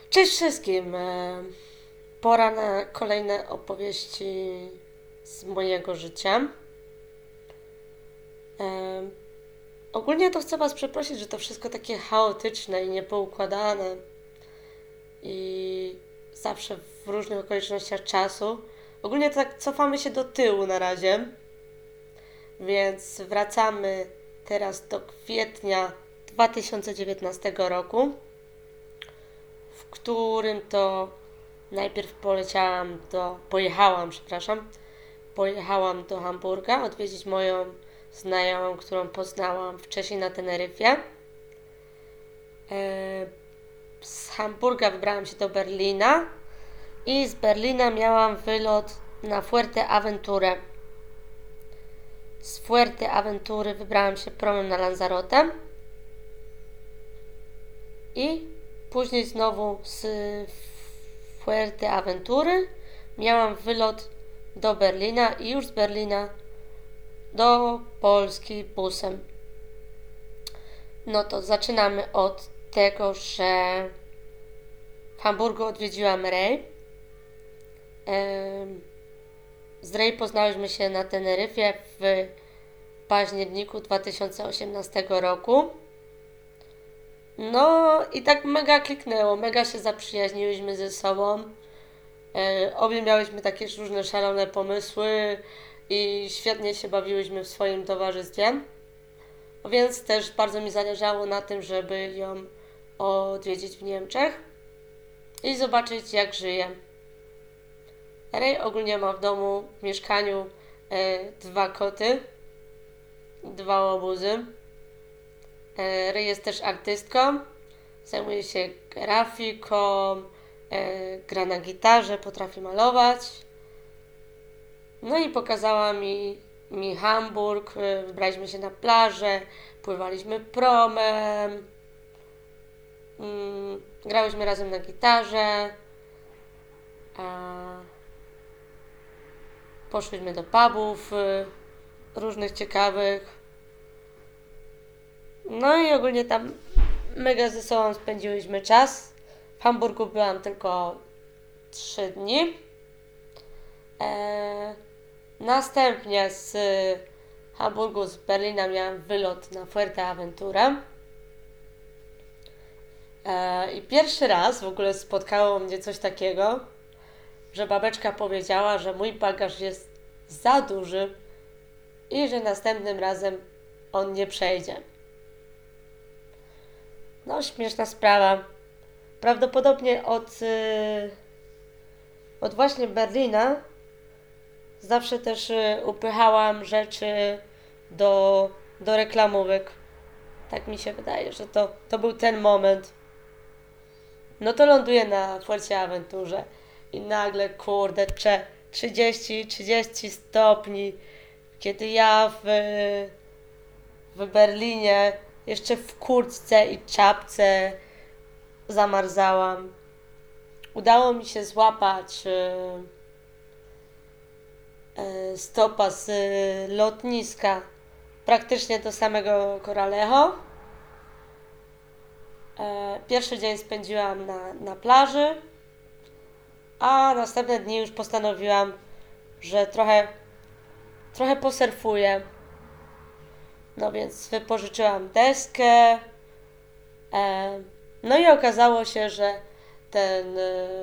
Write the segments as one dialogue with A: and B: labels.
A: Cześć wszystkim! Pora na kolejne opowieści z mojego życia. E, Ogólnie to chcę Was przeprosić, że to wszystko takie chaotyczne i niepoukładane i zawsze w różnych okolicznościach czasu. Ogólnie tak cofamy się do tyłu na razie, więc wracamy teraz do kwietnia 2019 roku, w którym to najpierw pojechałam do Hamburga odwiedzić moją znajomą, którą poznałam wcześniej na Teneryfie. Z Hamburga wybrałam się do Berlina i z Berlina miałam wylot na Fuerteventurę. Z Fuerteventury wybrałam się promem na Lanzarote i później znowu z Fuerteventury miałam wylot do Berlina i już z Berlina do Polski busem. No to zaczynamy od tego, że w Hamburgu odwiedziłam Ray. Z Ray poznałyśmy się na Teneryfie w październiku 2018 roku. No i tak mega kliknęło, mega się zaprzyjaźniłyśmy ze sobą. Obie miałyśmy takie różne szalone pomysły i świetnie się bawiłyśmy w swoim towarzystwie. Więc też bardzo mi zależało na tym, żeby ją odwiedzić w Niemczech i zobaczyć, jak żyje. Ray ogólnie ma w domu, w mieszkaniu 2 koty, 2 łobuzy. Ray jest też artystką, zajmuje się grafiką, gra na gitarze, potrafi malować. No i pokazała mi Hamburg, wybraliśmy się na plażę, pływaliśmy promem, grałyśmy razem na gitarze, poszłyśmy do pubów różnych ciekawych. No i ogólnie tam mega ze sobą spędziłyśmy czas. W Hamburgu byłam tylko 3 dni. Następnie z Hamburgu, z Berlina miałam wylot na Fuerteventurę. I pierwszy raz w ogóle spotkało mnie coś takiego, że babeczka powiedziała, że mój bagaż jest za duży i że następnym razem on nie przejdzie. No, śmieszna sprawa. Prawdopodobnie od właśnie Berlina zawsze też upychałam rzeczy do reklamówek. Tak mi się wydaje, że to był ten moment. No to ląduję na Fuerteventurze i nagle, kurde, 30 stopni, kiedy ja w Berlinie jeszcze w kurtce i czapce zamarzałam. Udało mi się złapać stopa z lotniska praktycznie do samego Coralejo. Pierwszy dzień spędziłam na plaży, a następne dni już postanowiłam, że trochę posurfuję. No więc wypożyczyłam deskę. No i okazało się, że ten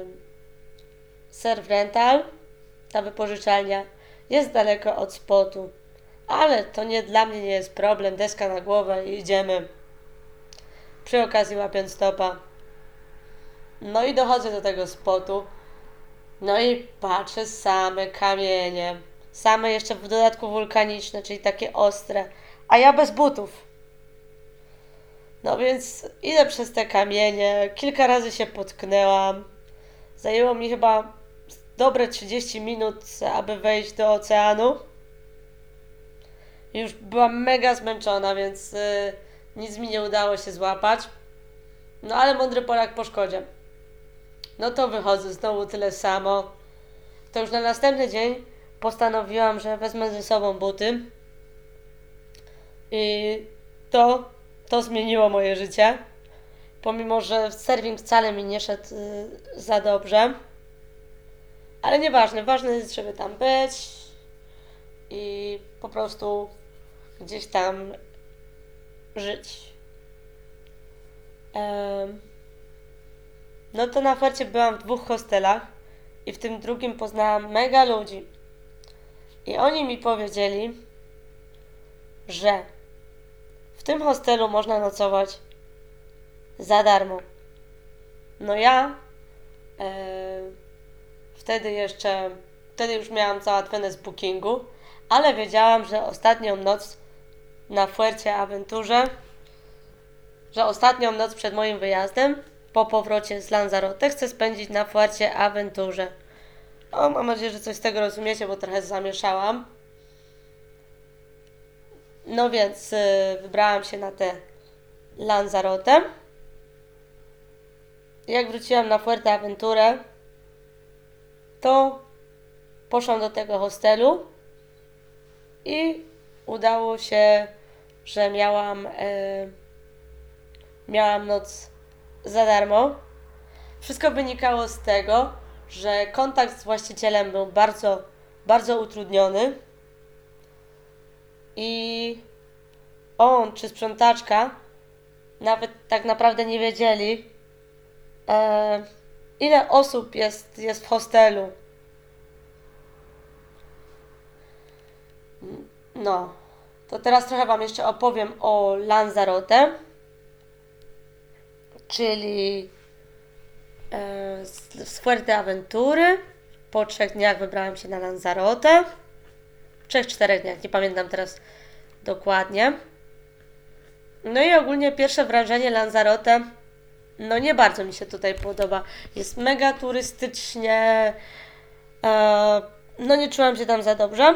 A: surf rental, ta wypożyczalnia, jest daleko od spotu. Ale to dla mnie nie jest problem. Deska na głowę i idziemy. Przy okazji łapiąc stopa. No i dochodzę do tego spotu. No i patrzę, same kamienie. Same jeszcze w dodatku wulkaniczne, czyli takie ostre. A ja bez butów. No więc idę przez te kamienie. Kilka razy się potknęłam. Zajęło mi chyba dobre 30 minut, aby wejść do oceanu. Już byłam mega zmęczona, więc nic mi nie udało się złapać. No ale mądry Polak po szkodzie. No to wychodzę, znowu tyle samo. To już na następny dzień postanowiłam, że wezmę ze sobą buty. I to zmieniło moje życie. pomimo że surfing wcale mi nie szedł za dobrze. Ale nieważne, ważne jest, żeby tam być i po prostu gdzieś tam żyć. No to na Fuercie byłam w 2 hostelach i w tym drugim poznałam mega ludzi. I oni mi powiedzieli, że w tym hostelu można nocować za darmo. No ja wtedy już miałam załatwione z bookingu, ale wiedziałam, że ostatnią noc na Fuercie Aventurze, że ostatnią noc przed moim wyjazdem po powrocie z Lanzarote chcę spędzić na Fuercie Aventurze. O, mam nadzieję, że coś z tego rozumiecie, bo trochę zamieszałam. No więc wybrałam się na tę Lanzarote. Jak wróciłam na Fuerteventurę, to poszłam do tego hostelu i udało się, że miałam noc za darmo. Wszystko wynikało z tego, że kontakt z właścicielem był bardzo, bardzo utrudniony i on czy sprzątaczka nawet tak naprawdę nie wiedzieli, ile osób jest w hostelu. No, to teraz trochę Wam jeszcze opowiem o Lanzarote, czyli z Fuerteventury. Po 3 dniach wybrałam się na Lanzarote. 3-4 dniach, nie pamiętam teraz dokładnie. No i ogólnie pierwsze wrażenie Lanzarote, no nie bardzo mi się tutaj podoba. Jest mega turystycznie, no nie czułam się tam za dobrze.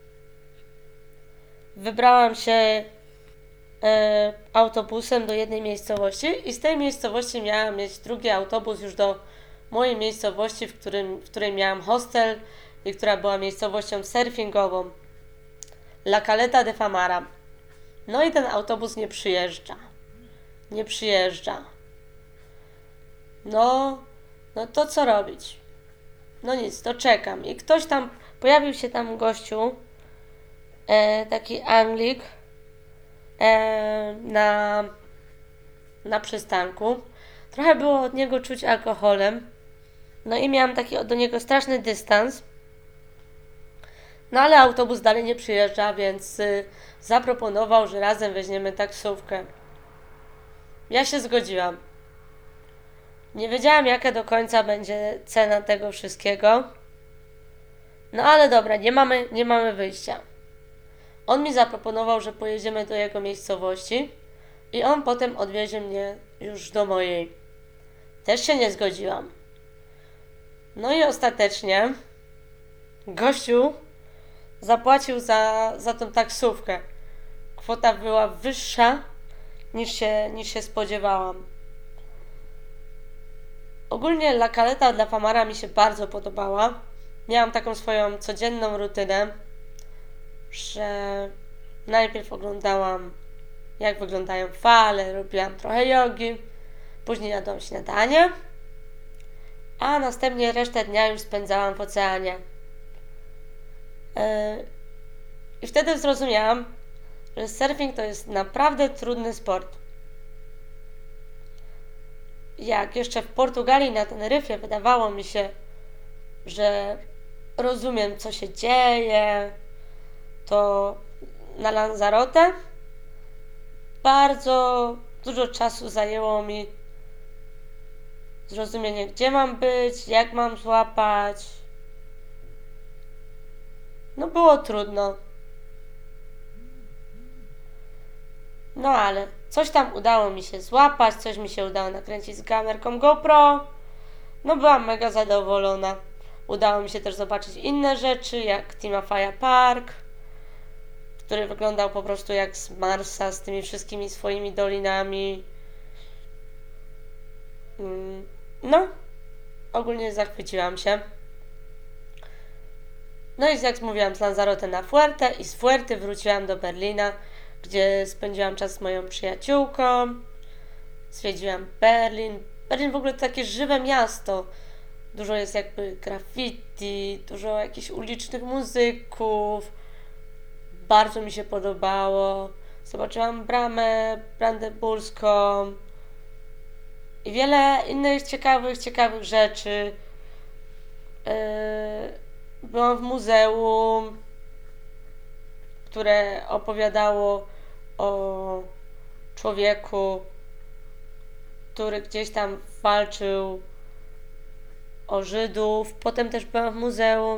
A: Wybrałam się autobusem do jednej miejscowości i z tej miejscowości miałam mieć drugi autobus już do mojej miejscowości, w której miałam hostel i która była miejscowością surfingową. La Caleta de Famara. No i ten autobus nie przyjeżdża. No to co robić? No nic, to czekam. I pojawił się tam gościu, taki Anglik, na przystanku. Trochę było od niego czuć alkoholem. No i miałam taki do niego straszny dystans. No ale autobus dalej nie przyjeżdża, więc zaproponował, że razem weźmiemy taksówkę. Ja się zgodziłam. Nie wiedziałam, jaka do końca będzie cena tego wszystkiego. No ale dobra, nie mamy wyjścia. On mi zaproponował, że pojedziemy do jego miejscowości i on potem odwiezie mnie już do mojej. Też się nie zgodziłam. No i ostatecznie gościu zapłacił za tą taksówkę. Kwota była wyższa niż się spodziewałam. Ogólnie La Caleta dla Famara mi się bardzo podobała. Miałam taką swoją codzienną rutynę, że najpierw oglądałam, jak wyglądają fale, robiłam trochę jogi, później jadłam śniadanie, a następnie resztę dnia już spędzałam w oceanie. I wtedy zrozumiałam, że surfing to jest naprawdę trudny sport. Jak jeszcze w Portugalii na Teneryfie wydawało mi się, że rozumiem, co się dzieje, to na Lanzarote bardzo dużo czasu zajęło mi zrozumienie, gdzie mam być, jak mam złapać. No było trudno. No ale coś tam udało mi się złapać, coś mi się udało nakręcić z kamerką GoPro. No byłam mega zadowolona. Udało mi się też zobaczyć inne rzeczy, jak Timofaya Park, który wyglądał po prostu jak z Marsa, z tymi wszystkimi swoimi dolinami. No, ogólnie zachwyciłam się. No i jak mówiłam, z Lanzarote na Fuerte i z Fuerty wróciłam do Berlina, gdzie spędziłam czas z moją przyjaciółką Zwiedziłam Berlin. Berlin w ogóle to takie żywe miasto. Dużo jest jakby graffiti, dużo jakichś ulicznych muzyków. Bardzo mi się podobało. Zobaczyłam bramę brandenburską i wiele innych ciekawych rzeczy. Byłam w muzeum, które opowiadało o człowieku, który gdzieś tam walczył o Żydów. Potem też byłam w muzeum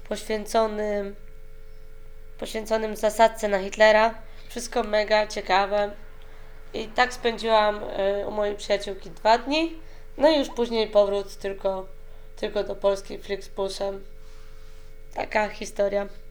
A: poświęconym zasadzce na Hitlera. Wszystko mega ciekawe. I tak spędziłam u mojej przyjaciółki 2 dni. No i już później powrót tylko do Polski Flixbusem. Taka historia.